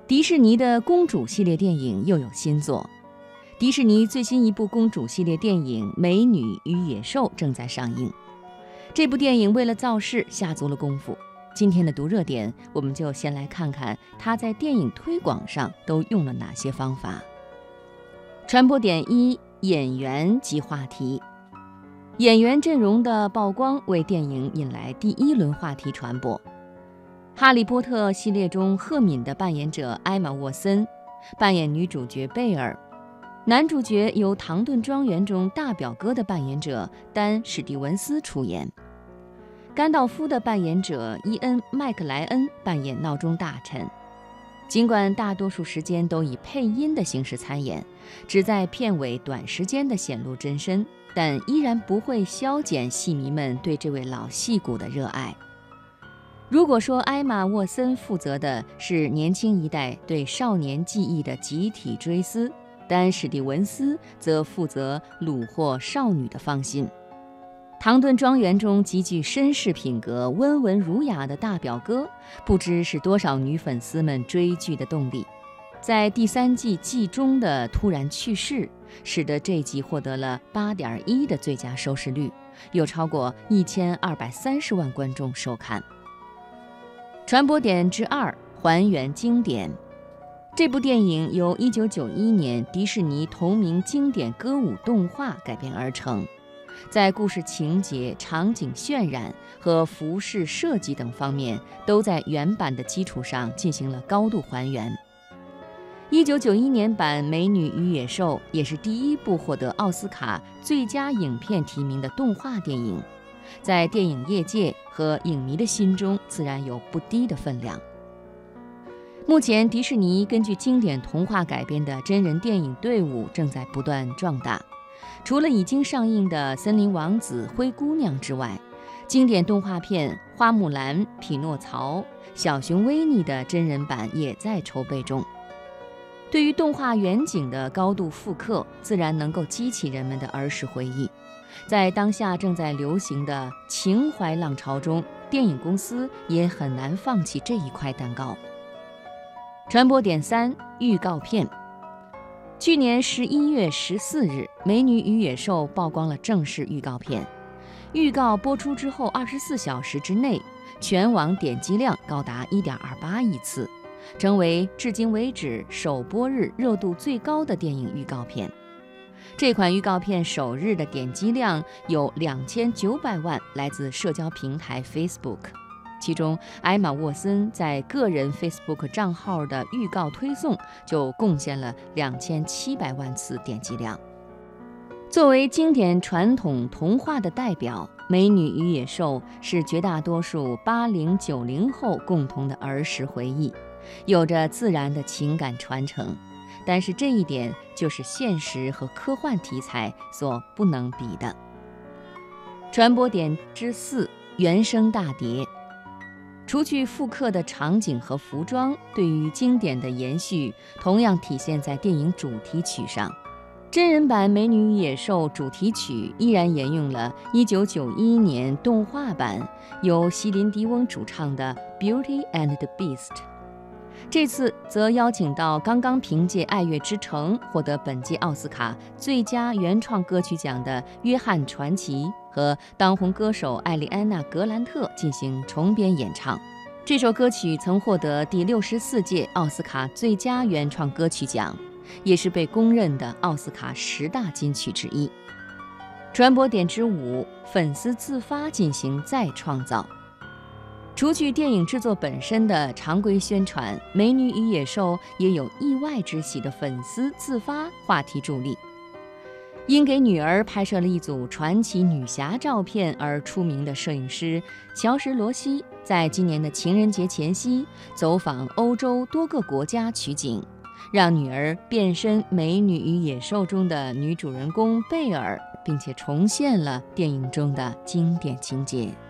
迪士尼的公主系列电影又有新作。迪士尼最新一部公主系列电影《美女与野兽》正在上映。这部电影为了造势下足了功夫。今天的读热点，我们就先来看看它在电影推广上都用了哪些方法。传播点一：演员及话题。演员阵容的曝光为电影引来第一轮话题传播。哈利波特系列中赫敏的扮演者艾玛沃森扮演女主角贝尔，男主角由唐顿庄园中大表哥的扮演者丹·史蒂文斯出演。甘道夫的扮演者伊恩·麦克莱恩扮演闹钟大臣。尽管大多数时间都以配音的形式参演，只在片尾短时间的显露真身，但依然不会消减戏迷们对这位老戏骨的热爱。如果说艾玛沃森负责的是年轻一代对少年记忆的集体追思，丹·史蒂文斯则负责虏获少女的芳心。唐顿庄园中极具绅士品格、温文儒雅的大表哥，不知是多少女粉丝们追剧的动力。在第3季季中的突然去世，使得这集获得了8.1的最佳收视率，有超过1230万观众收看。传播点之2：还原经典。这部电影由1991年迪士尼同名经典歌舞动画改编而成，在故事情节、场景渲染和服饰设计等方面，都在原版的基础上进行了高度还原。1991年版《美女与野兽》也是第一部获得奥斯卡最佳影片提名的动画电影，在电影业界和影迷的心中自然有不低的分量。目前迪士尼根据经典童话改编的真人电影队伍正在不断壮大，除了已经上映的《森林王子》《灰姑娘》之外，经典动画片《花木兰》《匹诺曹》《小熊维尼》的真人版也在筹备中。对于动画远景的高度复刻，自然能够激起人们的儿时回忆。在当下正在流行的情怀浪潮中，电影公司也很难放弃这一块蛋糕。传播点3：预告片。去年11月14日，《美女与野兽》曝光了正式预告片。预告播出之后24小时之内，全网点击量高达 1.28 亿次，成为至今为止首播日热度最高的电影预告片。这款预告片首日的点击量有2900万来自社交平台 Facebook， 其中艾玛沃森在个人 Facebook 账号的预告推送就贡献了2700万次点击量。作为经典传统童话的代表，《美女与野兽》是绝大多数80、90后共同的儿时回忆，有着自然的情感传承。但是这一点就是现实和科幻题材所不能比的。传播点之4：原声大碟。除去复刻的场景和服装，对于经典的延续同样体现在电影主题曲上。真人版《美女与野兽》主题曲依然沿用了1991年动画版由席琳·迪翁主唱的《Beauty and the Beast》。这次则邀请到刚刚凭借《爱乐之城》获得本届奥斯卡最佳原创歌曲奖的约翰·传奇和当红歌手艾莉安娜·格兰特进行重编演唱。这首歌曲曾获得第64届奥斯卡最佳原创歌曲奖，也是被公认的奥斯卡10大金曲之一。传播点之5：粉丝自发进行再创造。除去电影制作本身的常规宣传，《美女与野兽》也有意外之喜的粉丝自发话题助力。因给女儿拍摄了一组传奇女侠照片而出名的摄影师乔什·罗西，在今年的情人节前夕走访欧洲多个国家取景，让女儿变身《美女与野兽》中的女主人公贝尔，并且重现了电影中的经典情节。